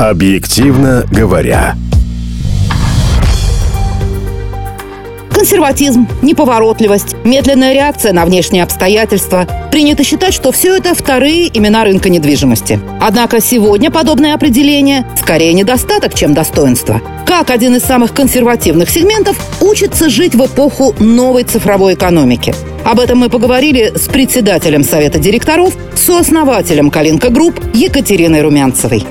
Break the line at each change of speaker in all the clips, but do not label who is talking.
Объективно говоря.
Консерватизм, неповоротливость, медленная реакция на внешние обстоятельства. Принято считать, что все это вторые имена рынка недвижимости. Однако сегодня подобное определение скорее недостаток, чем достоинство. Как один из самых консервативных сегментов учится жить в эпоху новой цифровой экономики? Об этом мы поговорили с председателем Совета директоров, сооснователем Калинка Групп Екатериной Румянцевой.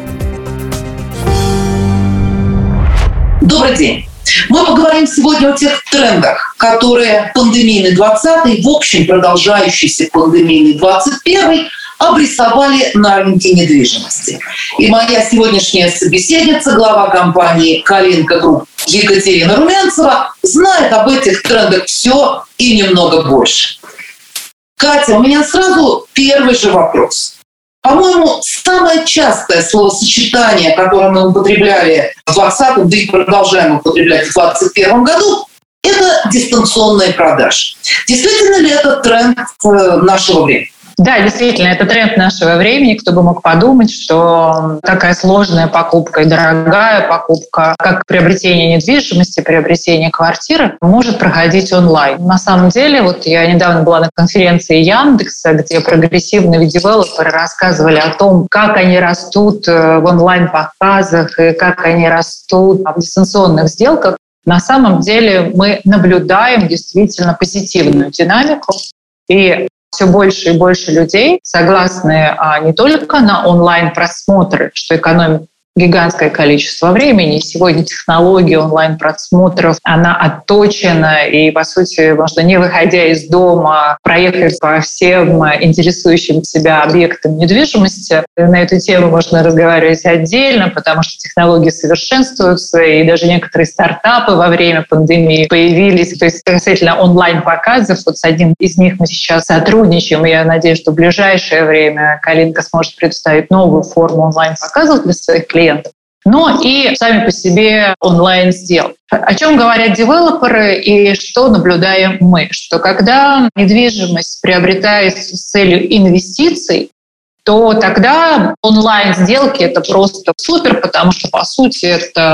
Добрый день. Мы поговорим сегодня о тех трендах, которые пандемийный 20-й, в общем, продолжающийся пандемийный 21-й, обрисовали на рынке недвижимости. И моя сегодняшняя собеседница, глава компании «Калинка Групп» Екатерина Румянцева, знает об этих трендах все и немного больше. Катя, у меня сразу первый же вопрос. По-моему, самое частое словосочетание, которое мы употребляли в 2020, да и продолжаем употреблять в 2021 году, это дистанционные продажи. Действительно ли это тренд нашего времени?
Да, действительно, это тренд нашего времени. Кто бы мог подумать, что такая сложная покупка и дорогая покупка, как приобретение недвижимости, приобретение квартиры, может проходить онлайн. На самом деле, вот я недавно была на конференции Яндекса, где прогрессивные девелоперы рассказывали о том, как они растут в онлайн-показах и как они растут в дистанционных сделках. На самом деле мы наблюдаем действительно позитивную динамику, и все больше и больше людей согласны не только на онлайн-просмотры, что экономит гигантское количество времени. Сегодня технология онлайн-просмотров, она отточена, и, по сути, можно, не выходя из дома, проехать по всем интересующим себя объектам недвижимости. На эту тему можно разговаривать отдельно, потому что технологии совершенствуются, и даже некоторые стартапы во время пандемии появились. То есть касательно онлайн-показов, вот с одним из них мы сейчас сотрудничаем, и я надеюсь, что в ближайшее время Калинка сможет предоставить новую форму онлайн-показов для своих клиентов, но и сами по себе онлайн-сделки. О чем говорят девелоперы и что наблюдаем мы? Что когда недвижимость приобретается с целью инвестиций, то тогда онлайн-сделки — это просто супер, потому что, по сути,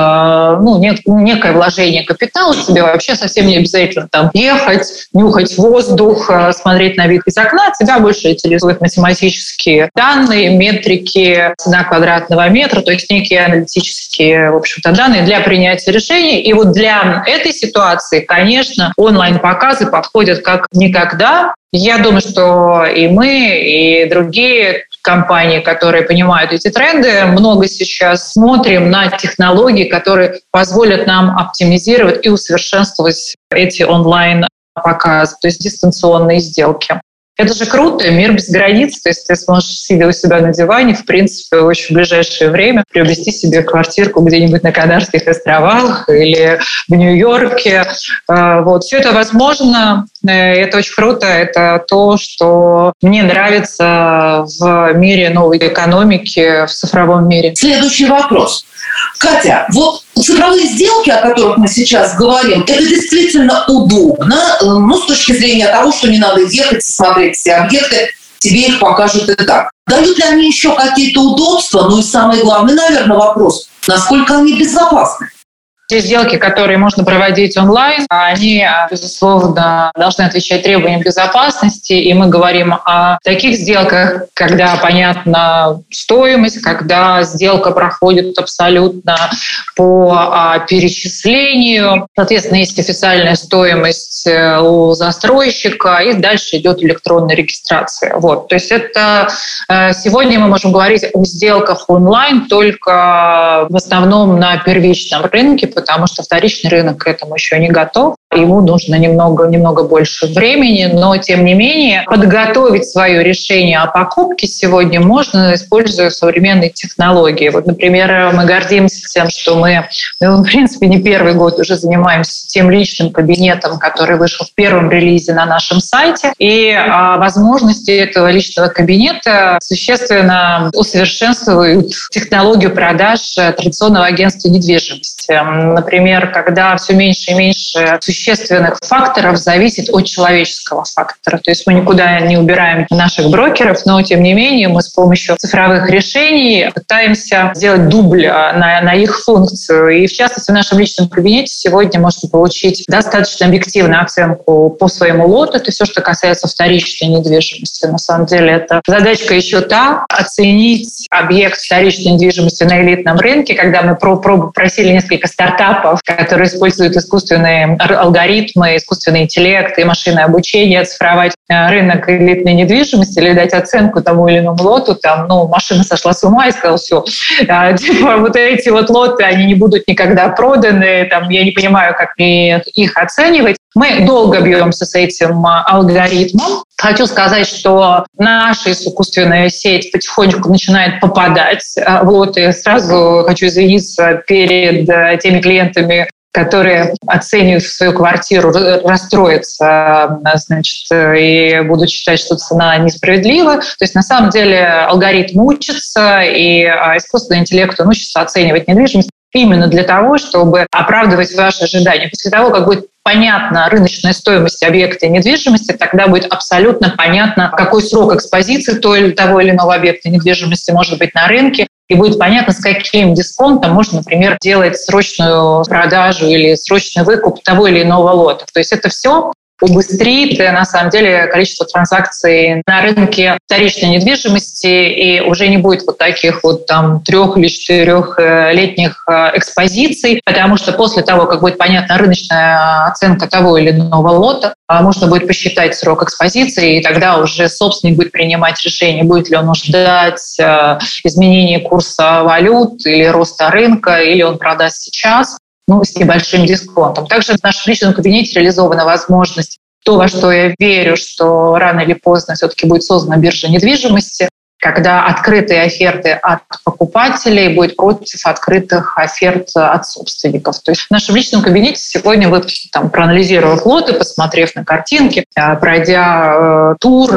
это некое вложение капитала. Тебе вообще совсем не обязательно там ехать, нюхать воздух, смотреть на вид из окна. Тебя больше интересуют математические данные, метрики, цена квадратного метра, то есть некие аналитические, в общем-то, данные для принятия решений. И вот для этой ситуации, конечно, онлайн-показы подходят как никогда. Я думаю, что и мы, и другие компании, которые понимают эти тренды, много сейчас смотрим на технологии, которые позволят нам оптимизировать и усовершенствовать эти онлайн-показы, то есть дистанционные сделки. Это же круто, мир без границ, то есть ты сможешь, сидя у себя на диване, в принципе, в очень ближайшее время приобрести себе квартирку где-нибудь на Канарских островах или в Нью-Йорке. Вот. Все это возможно, это очень круто, это то, что мне нравится в мире новой экономики, в цифровом мире.
Следующий вопрос. Катя, вот цифровые сделки, о которых мы сейчас говорим, это действительно удобно, с точки зрения того, что не надо ехать и смотреть все объекты, тебе их покажут и так. Дают ли они еще какие-то удобства? И самый главный, наверное, вопрос, насколько они безопасны?
Те сделки, которые можно проводить онлайн, они, безусловно, должны отвечать требованиям безопасности. И мы говорим о таких сделках, когда понятна стоимость, когда сделка проходит абсолютно по перечислению. Соответственно, есть официальная стоимость у застройщика, и дальше идет электронная регистрация. Вот. То есть это сегодня мы можем говорить о сделках онлайн только в основном на первичном рынке, потому что вторичный рынок к этому еще не готов. Ему нужно немного больше времени, но, тем не менее, подготовить свое решение о покупке сегодня можно, используя современные технологии. Вот, например, мы гордимся тем, что мы, в принципе, не первый год уже занимаемся тем личным кабинетом, который вышел в первом релизе на нашем сайте. И возможности этого личного кабинета существенно усовершенствуют технологию продаж традиционного агентства недвижимости. например, когда все меньше и меньше существенных факторов зависит от человеческого фактора. То есть мы никуда не убираем наших брокеров, но тем не менее мы с помощью цифровых решений пытаемся сделать дубль на их функцию. И в частности в нашем личном кабинете сегодня можно получить достаточно объективную оценку по своему лоту. Это все, что касается вторичной недвижимости. На самом деле это задачка еще та — оценить объект вторичной недвижимости на элитном рынке, когда мы просили несколько стартапов, которые используют искусственные алгоритмы, искусственный интеллект и машинное обучение, оцифровать рынок элитной недвижимости или дать оценку тому или иному лоту. Машина сошла с ума и сказала: все, вот эти вот лоты, они не будут никогда проданы, я не понимаю, как их оценивать. Мы долго бьемся с этим алгоритмом. Хочу сказать, что наша искусственная сеть потихонечку начинает попадать в лоты. Сразу хочу извиниться перед теми клиентами, которые, оценивают свою квартиру, расстроятся, и будут считать, что цена несправедлива. То есть на самом деле алгоритм учится, и искусственный интеллект, он учится оценивать недвижимость именно для того, чтобы оправдывать ваши ожидания. После того, как будет понятна рыночная стоимость объекта недвижимости, тогда будет абсолютно понятно, какой срок экспозиции того или иного объекта недвижимости может быть на рынке, и будет понятно, с каким дисконтом можно, например, делать срочную продажу или срочный выкуп того или иного лота. То есть это все убыстрит, на самом деле, количество транзакций на рынке вторичной недвижимости, и уже не будет вот таких 3 или 4-летних экспозиций, потому что после того, как будет понятна рыночная оценка того или иного лота, можно будет посчитать срок экспозиции, и тогда уже собственник будет принимать решение, будет ли он ждать изменения курса валют или роста рынка, или он продаст сейчас, с небольшим дисконтом. Также в нашем личном кабинете реализована возможность, то, во что я верю, что рано или поздно все-таки будет создана биржа недвижимости, когда открытые оферты от покупателей будут против открытых оферт от собственников. То есть в нашем личном кабинете сегодня вы, проанализировав лоты, посмотрев на картинки, пройдя тур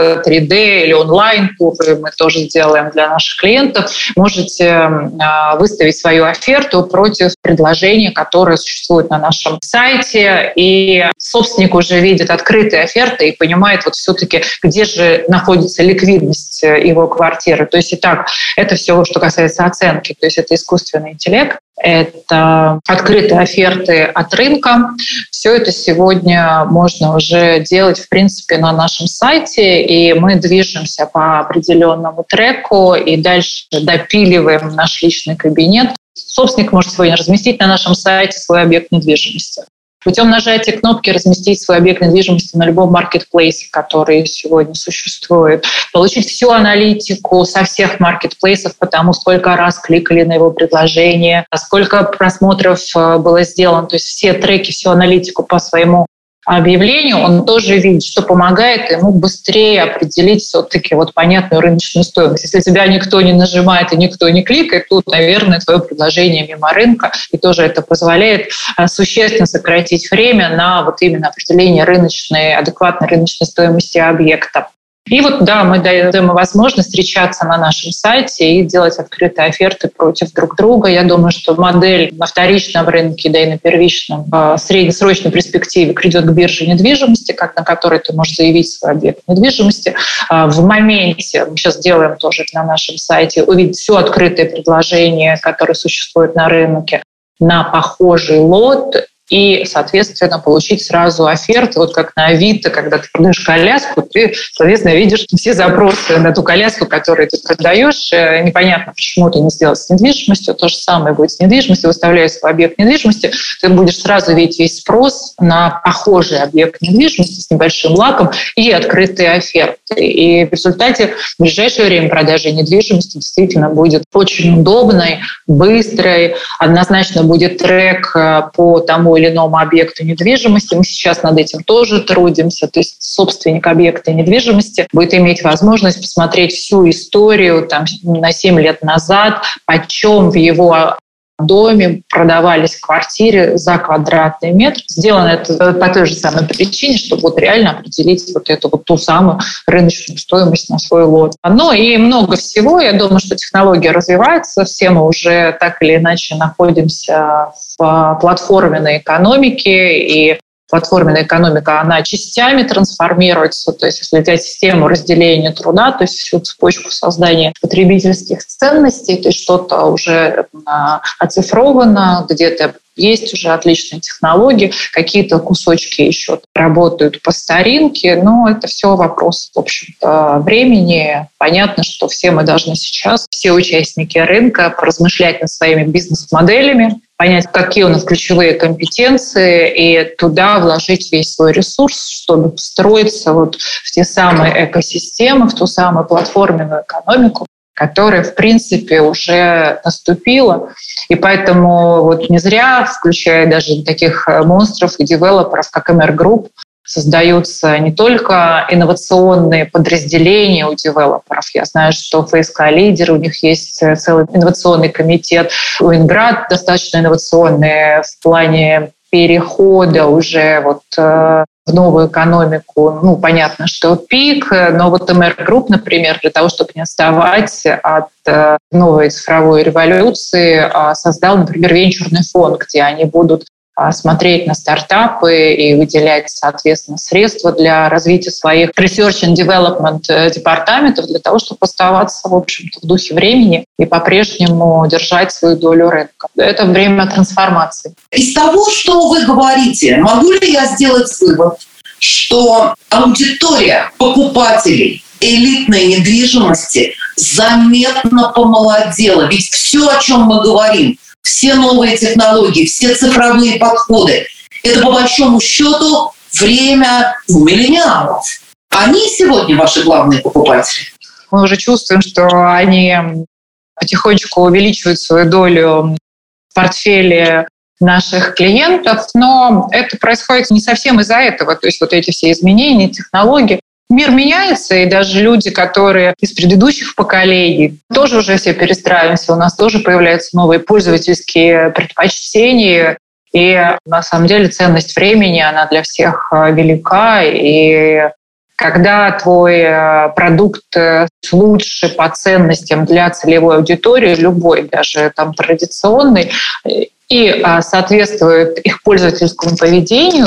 3D или онлайн-туры, мы тоже сделаем для наших клиентов, можете выставить свою оферту против предложения, которое существует на нашем сайте, и собственник уже видит открытые оферты и понимает все-таки, где же находится ликвидность его квартиры. То есть, это все, что касается оценки. То есть это искусственный интеллект, это открытые оферты от рынка. Все это сегодня можно уже делать, в принципе, на нашем сайте, и мы движемся по определенному треку и дальше допиливаем наш личный кабинет. Собственник может сегодня разместить на нашем сайте свой объект недвижимости. Путем нажатия кнопки разместить свой объект недвижимости на любом маркетплейсе, который сегодня существует, получить всю аналитику со всех маркетплейсов по тому, сколько раз кликали на его предложение, сколько просмотров было сделано, то есть все треки, всю аналитику по своему объявлению, он тоже видит, что помогает ему быстрее определить все-таки понятную рыночную стоимость. Если тебя никто не нажимает и никто не кликает, то, наверное, твое предложение мимо рынка, и тоже это позволяет существенно сократить время на именно определение адекватной рыночной стоимости объекта. И мы даем возможность встречаться на нашем сайте и делать открытые оферты против друг друга. Я думаю, что модель на вторичном рынке, да и на первичном в среднесрочной перспективе придет к бирже недвижимости, на которой ты можешь заявить свой объект недвижимости. В моменте, мы сейчас делаем тоже на нашем сайте, увидеть все открытые предложения, которые существуют на рынке, на похожий лот, и, соответственно, получить сразу оферты. Как на Авито, когда ты продаешь коляску, ты, соответственно, видишь все запросы на ту коляску, которую ты продаешь. Непонятно, почему это не сделать с недвижимостью. То же самое будет с недвижимостью. Выставляя свой объект недвижимости, ты будешь сразу видеть весь спрос на похожий объект недвижимости с небольшим лаком и открытые оферты. И в результате в ближайшее время продажа недвижимости действительно будет очень удобной, быстрой. Однозначно будет трек по тому или иному объекту недвижимости. Мы сейчас над этим тоже трудимся. То есть собственник объекта недвижимости будет иметь возможность посмотреть всю историю на 7 лет назад, почем в его доме продавались в квартире за квадратный метр. Сделано это по той же самой причине, чтобы вот реально определить вот эту вот ту самую рыночную стоимость на свой лот. Ну и много всего. Я думаю, что технология развивается. Все мы уже так или иначе находимся в платформенной экономике, и платформенная экономика, она частями трансформируется. То есть если взять систему разделения труда, то есть всю цепочку создания потребительских ценностей, то есть что-то уже оцифровано, где-то есть уже отличные технологии, какие-то кусочки еще работают по старинке, но это все вопрос, в общем-то, времени. Понятно, что все мы должны сейчас, все участники рынка, поразмышлять над своими бизнес-моделями, понять, какие у нас ключевые компетенции, и туда вложить весь свой ресурс, чтобы встроиться вот в те самые экосистемы, в ту самую платформенную экономику, которая, в принципе, уже наступила. И поэтому вот не зря, включая даже таких монстров и девелоперов, как MR Group, создаются не только инновационные подразделения у девелоперов. Я знаю, что ФСК Лидер, у них есть целый инновационный комитет. У Инград достаточно инновационные в плане перехода уже вот в новую экономику. Ну, понятно, что пик, но вот MR Group, например, для того, чтобы не отставать от новой цифровой революции, создал, например, венчурный фонд, где они будут смотреть на стартапы и выделять, соответственно, средства для развития своих research and development департаментов для того, чтобы оставаться, в общем-то, в духе времени и по-прежнему держать свою долю рынка. Это время трансформации.
Из того, что вы говорите, могу ли я сделать вывод, что аудитория покупателей элитной недвижимости заметно помолодела? Ведь все, о чем мы говорим, все новые технологии, все цифровые подходы – это, по большому счету, время миллениалов. Они сегодня ваши главные покупатели.
Мы уже чувствуем, что они потихонечку увеличивают свою долю в портфеле наших клиентов, но это происходит не совсем из-за этого. То есть вот эти все изменения, технологии. Мир меняется, и даже люди, которые из предыдущих поколений, тоже уже все перестраиваемся, у нас тоже появляются новые пользовательские предпочтения, и на самом деле ценность времени, она для всех велика, и когда твой продукт лучше по ценностям для целевой аудитории, любой, даже там традиционный, и соответствует их пользовательскому поведению,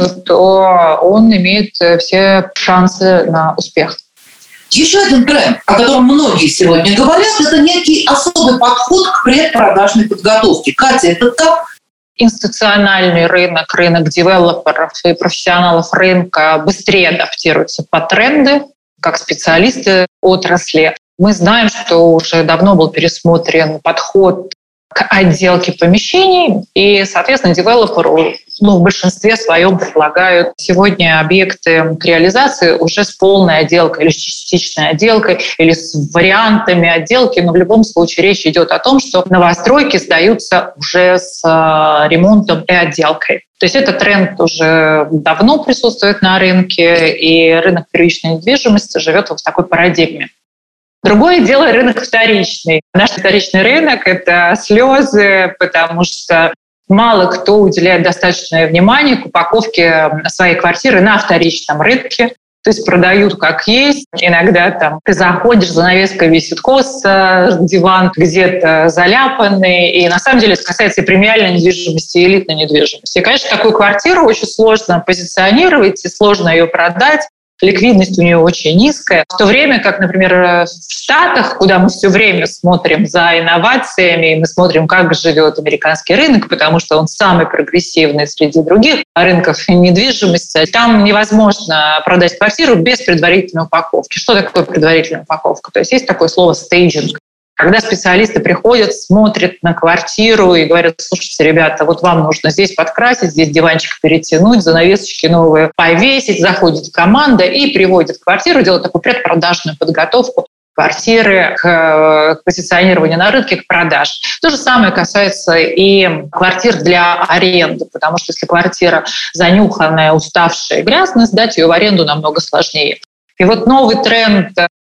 то он имеет все шансы на успех.
Еще один тренд, о котором многие сегодня говорят, это некий особый подход к предпродажной подготовке. Катя, это так?
Институциональный рынок, рынок девелоперов и профессионалов рынка быстрее адаптируются под тренды, как специалисты отрасли. Мы знаем, что уже давно был пересмотрен подход к отделке помещений, и, соответственно, девелоперу в большинстве своем предлагают сегодня объекты к реализации уже с полной отделкой или с частичной отделкой, или с вариантами отделки, но в любом случае речь идет о том, что новостройки сдаются уже с ремонтом и отделкой. То есть этот тренд уже давно присутствует на рынке, и рынок первичной недвижимости живет в такой парадигме. Другое дело рынок вторичный. Наш вторичный рынок – это слезы, потому что мало кто уделяет достаточное внимание к упаковке своей квартиры на вторичном рынке. То есть продают как есть. Иногда там ты заходишь, занавеска висит косо, диван где-то заляпанный. И на самом деле это касается и премиальной недвижимости, и элитной недвижимости. И, конечно, такую квартиру очень сложно позиционировать и сложно ее продать. Ликвидность у нее очень низкая. В то время как, например, в Штатах, куда мы все время смотрим за инновациями, мы смотрим, как живет американский рынок, потому что он самый прогрессивный среди других рынков недвижимости. Там невозможно продать квартиру без предварительной упаковки. Что такое предварительная упаковка? То есть есть такое слово «стейджинг». Когда специалисты приходят, смотрят на квартиру и говорят: слушайте, ребята, вот вам нужно здесь подкрасить, здесь диванчик перетянуть, занавесочки новые повесить, заходит команда и приводит квартиру, делает такую предпродажную подготовку квартиры к позиционированию на рынке, к продаже. То же самое касается и квартир для аренды, потому что если квартира занюханная, уставшая, грязная, сдать ее в аренду намного сложнее. И вот новый тренд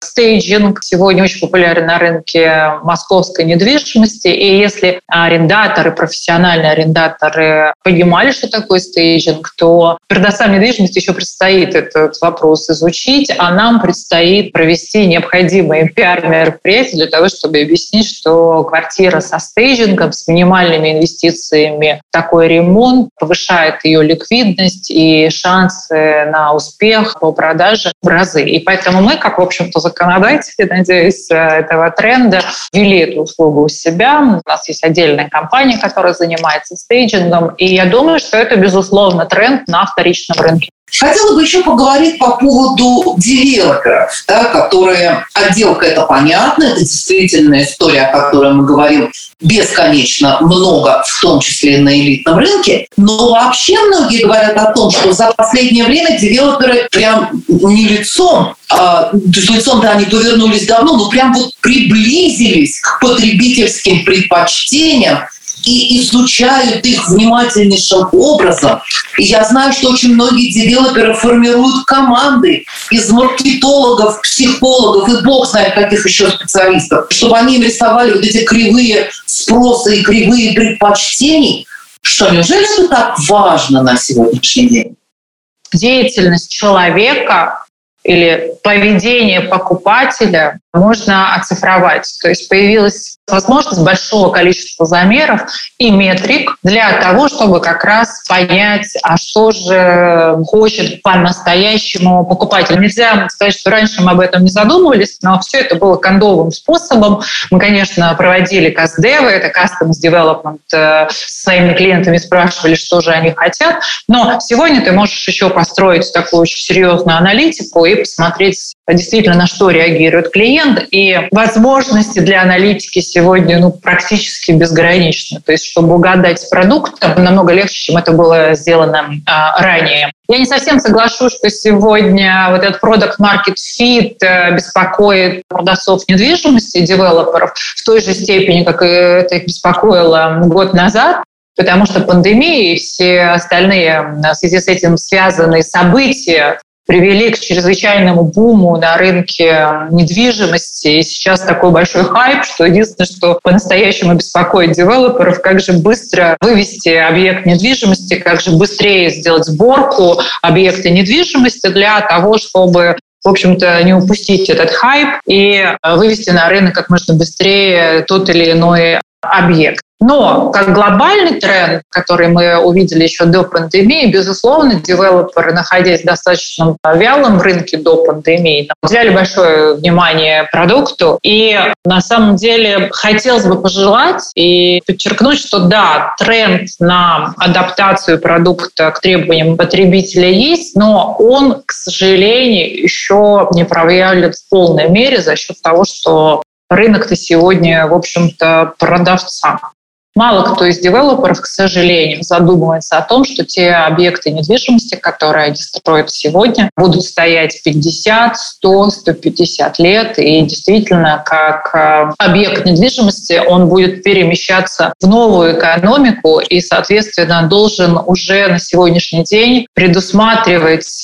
стейджинг сегодня очень популярен на рынке московской недвижимости. И если арендаторы, профессиональные арендаторы понимали, что такое стейджинг, то предоставлению недвижимости еще предстоит этот вопрос изучить, а нам предстоит провести необходимые пиар-мероприятия для того, чтобы объяснить, что квартира со стейджингом, с минимальными инвестициями в такой ремонт повышает ее ликвидность и шансы на успех по продаже в разы. И поэтому мы, как, в общем-то, законодатели, надеюсь, этого тренда, ввели эту услугу у себя. У нас есть отдельная компания, которая занимается стейджингом. И я думаю, что это, безусловно, тренд на вторичном рынке.
Хотела бы еще поговорить по поводу девелоперов, которые... Отделка – это понятно, это действительно история, о которой мы говорим бесконечно много, в том числе и на элитном рынке. Но вообще многие говорят о том, что за последнее время девелоперы прям не лицом, то есть лицом-то они повернулись давно, но прям вот приблизились к потребительским предпочтениям и изучают их внимательнейшим образом. И я знаю, что очень многие девелоперы формируют команды из маркетологов, психологов и бог знает каких еще специалистов, чтобы они им рисовали вот эти кривые спроса и кривые предпочтений. Что, неужели это так важно на сегодняшний день?
Деятельность человека или поведение покупателя можно оцифровать. То есть появилась возможность большого количества замеров и метрик для того, чтобы как раз понять, а что же хочет по-настоящему покупатель. Нельзя сказать, что раньше мы об этом не задумывались, но все это было кондовым способом. Мы, конечно, проводили кастдевы, это customer development, со своими клиентами спрашивали, что же они хотят. Но сегодня ты можешь еще построить такую очень серьезную аналитику и посмотреть действительно, на что реагирует клиент. И возможности для аналитики сегодня практически безграничны. То есть, чтобы угадать с продуктом, намного легче, чем это было сделано ранее. Я не совсем соглашусь, что сегодня вот этот product market fit беспокоит продавцов недвижимости, девелоперов в той же степени, как и это их беспокоило год назад. Потому что пандемия и все остальные в связи с этим связанные события привели к чрезвычайному буму на рынке недвижимости. И сейчас такой большой хайп, что единственное, что по-настоящему беспокоит девелоперов, как же быстро вывести объект недвижимости, как же быстрее сделать сборку объекта недвижимости для того, чтобы, в общем-то, не упустить этот хайп и вывести на рынок как можно быстрее тот или иной объект. Но как глобальный тренд, который мы увидели еще до пандемии, безусловно, девелоперы, находясь в достаточно вялом рынке до пандемии, уделяли большое внимание продукту. И на самом деле хотелось бы пожелать и подчеркнуть, что да, тренд на адаптацию продукта к требованиям потребителя есть, но он, к сожалению, еще не проявлен в полной мере за счет того, что рынок-то сегодня, в общем-то, продавца. Мало кто из девелоперов, к сожалению, задумывается о том, что те объекты недвижимости, которые они строят сегодня, будут стоять 50, 100, 150 лет. И действительно, как объект недвижимости, он будет перемещаться в новую экономику и, соответственно, должен уже на сегодняшний день предусматривать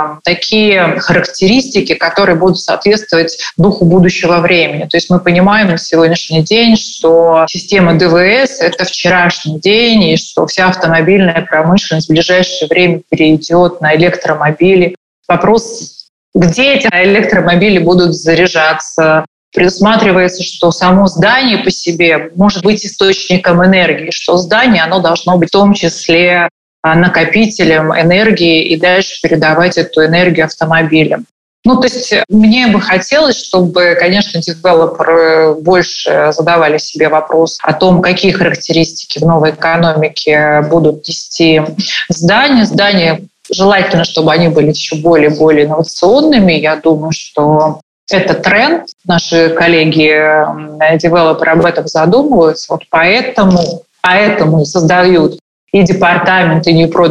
такие характеристики, которые будут соответствовать духу будущего времени. То есть мы понимаем на сегодняшний день, что система ДВС — это вчерашний день, и что вся автомобильная промышленность в ближайшее время перейдет на электромобили. Вопрос, где эти электромобили будут заряжаться? Предусматривается, что само здание по себе может быть источником энергии, что здание оно должно быть в том числе накопителем энергии и дальше передавать эту энергию автомобилям. То есть мне бы хотелось, чтобы, конечно, девелоперы больше задавали себе вопрос о том, какие характеристики в новой экономике будут нести здания. Здания желательно, чтобы они были еще более инновационными. Я думаю, что это тренд. Наши коллеги-девелоперы об этом задумываются. Вот поэтому и создают и департаменты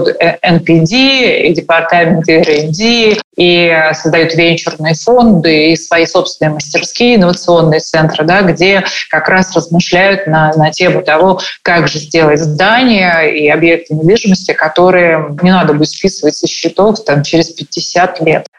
NPD, и департаменты R&D, и создают венчурные фонды, и свои собственные мастерские, инновационные центры, где как раз размышляют на тему того, как же сделать здания и объекты недвижимости, которые не надо будет списывать со счетов через 50 лет.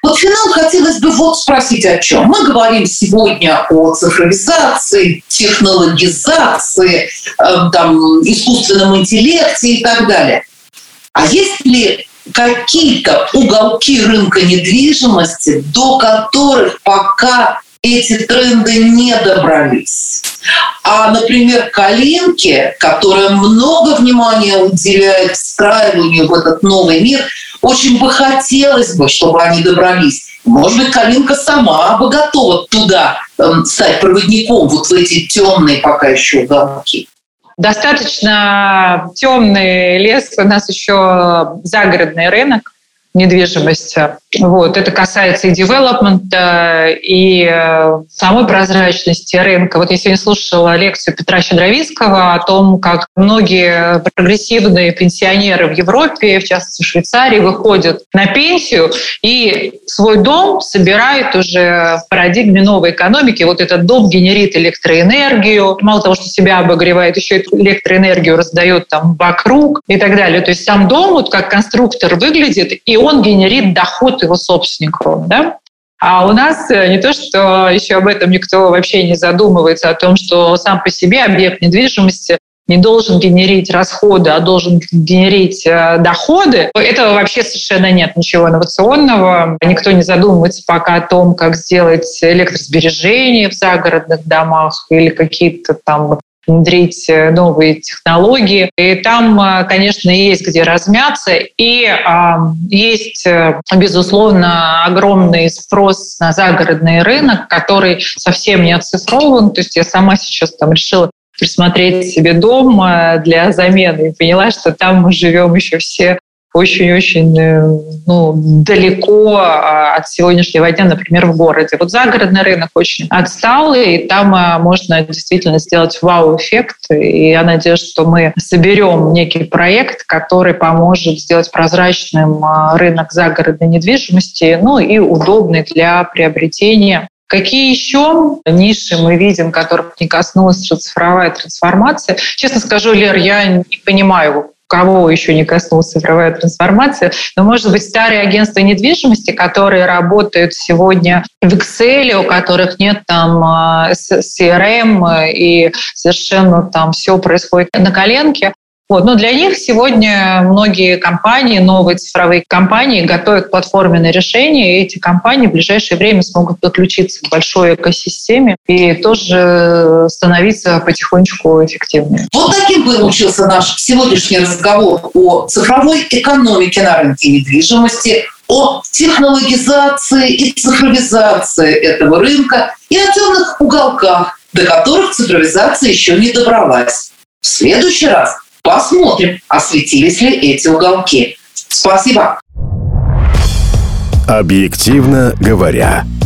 Вот финал хотелось бы вот спросить о чем. Мы говорим сегодня о цифровизации, технологизации, искусственном интеллекте и так далее. А есть ли какие-то уголки рынка недвижимости, до которых пока эти тренды не добрались? А, например, Калинке, которая много внимания уделяет встраиванию в этот новый мир, очень бы хотелось бы, чтобы они добрались. Может быть, Калинка сама бы готова туда стать проводником, вот в эти темные пока еще уголки.
Достаточно темный лес, у нас еще загородный рынок недвижимости. Вот. Это касается и девелопмента, и самой прозрачности рынка. Вот я сегодня слушала лекцию Петра Щедровицкого о том, как многие прогрессивные пенсионеры в Европе, в частности в Швейцарии, выходят на пенсию и свой дом собирают уже в парадигме новой экономики. Вот этот дом генерит электроэнергию. Мало того, что себя обогревает, еще эту электроэнергию раздает там вокруг и так далее. То есть сам дом, вот как конструктор выглядит, и он генерит доход его собственнику, да? А у нас не то, что еще об этом никто вообще не задумывается, о том, что сам по себе объект недвижимости не должен генерить расходы, а должен генерить доходы. Этого вообще совершенно нет, ничего инновационного. Никто не задумывается пока о том, как сделать электросбережение в загородных домах или какие-то там внедрить новые технологии. И там, конечно, есть где размяться. И есть, безусловно, огромный спрос на загородный рынок, который совсем не оцифрован. То есть я сама сейчас там решила присмотреть себе дом для замены и поняла, что там мы живем еще все очень-очень далеко от сегодняшнего дня, например, в городе. Вот загородный рынок очень отсталый, и там можно действительно сделать вау-эффект. И я надеюсь, что мы соберем некий проект, который поможет сделать прозрачным рынок загородной недвижимости, и удобный для приобретения. Какие еще ниши мы видим, которых не коснулась цифровая трансформация? Честно скажу, Лер, я не понимаю, кого еще не коснулась цифровая трансформация, но, может быть, старые агентства недвижимости, которые работают сегодня в Excel, у которых нет там CRM, и совершенно там все происходит на коленке. Вот. Но для них сегодня многие компании, новые цифровые компании готовят платформенные решения, и эти компании в ближайшее время смогут подключиться к большой экосистеме и тоже становиться потихонечку эффективнее.
Вот таким получился наш сегодняшний разговор о цифровой экономике на рынке недвижимости, о технологизации и цифровизации этого рынка и о темных уголках, до которых цифровизация еще не добралась. В следующий раз посмотрим, осветились ли эти уголки. Спасибо.
Объективно говоря.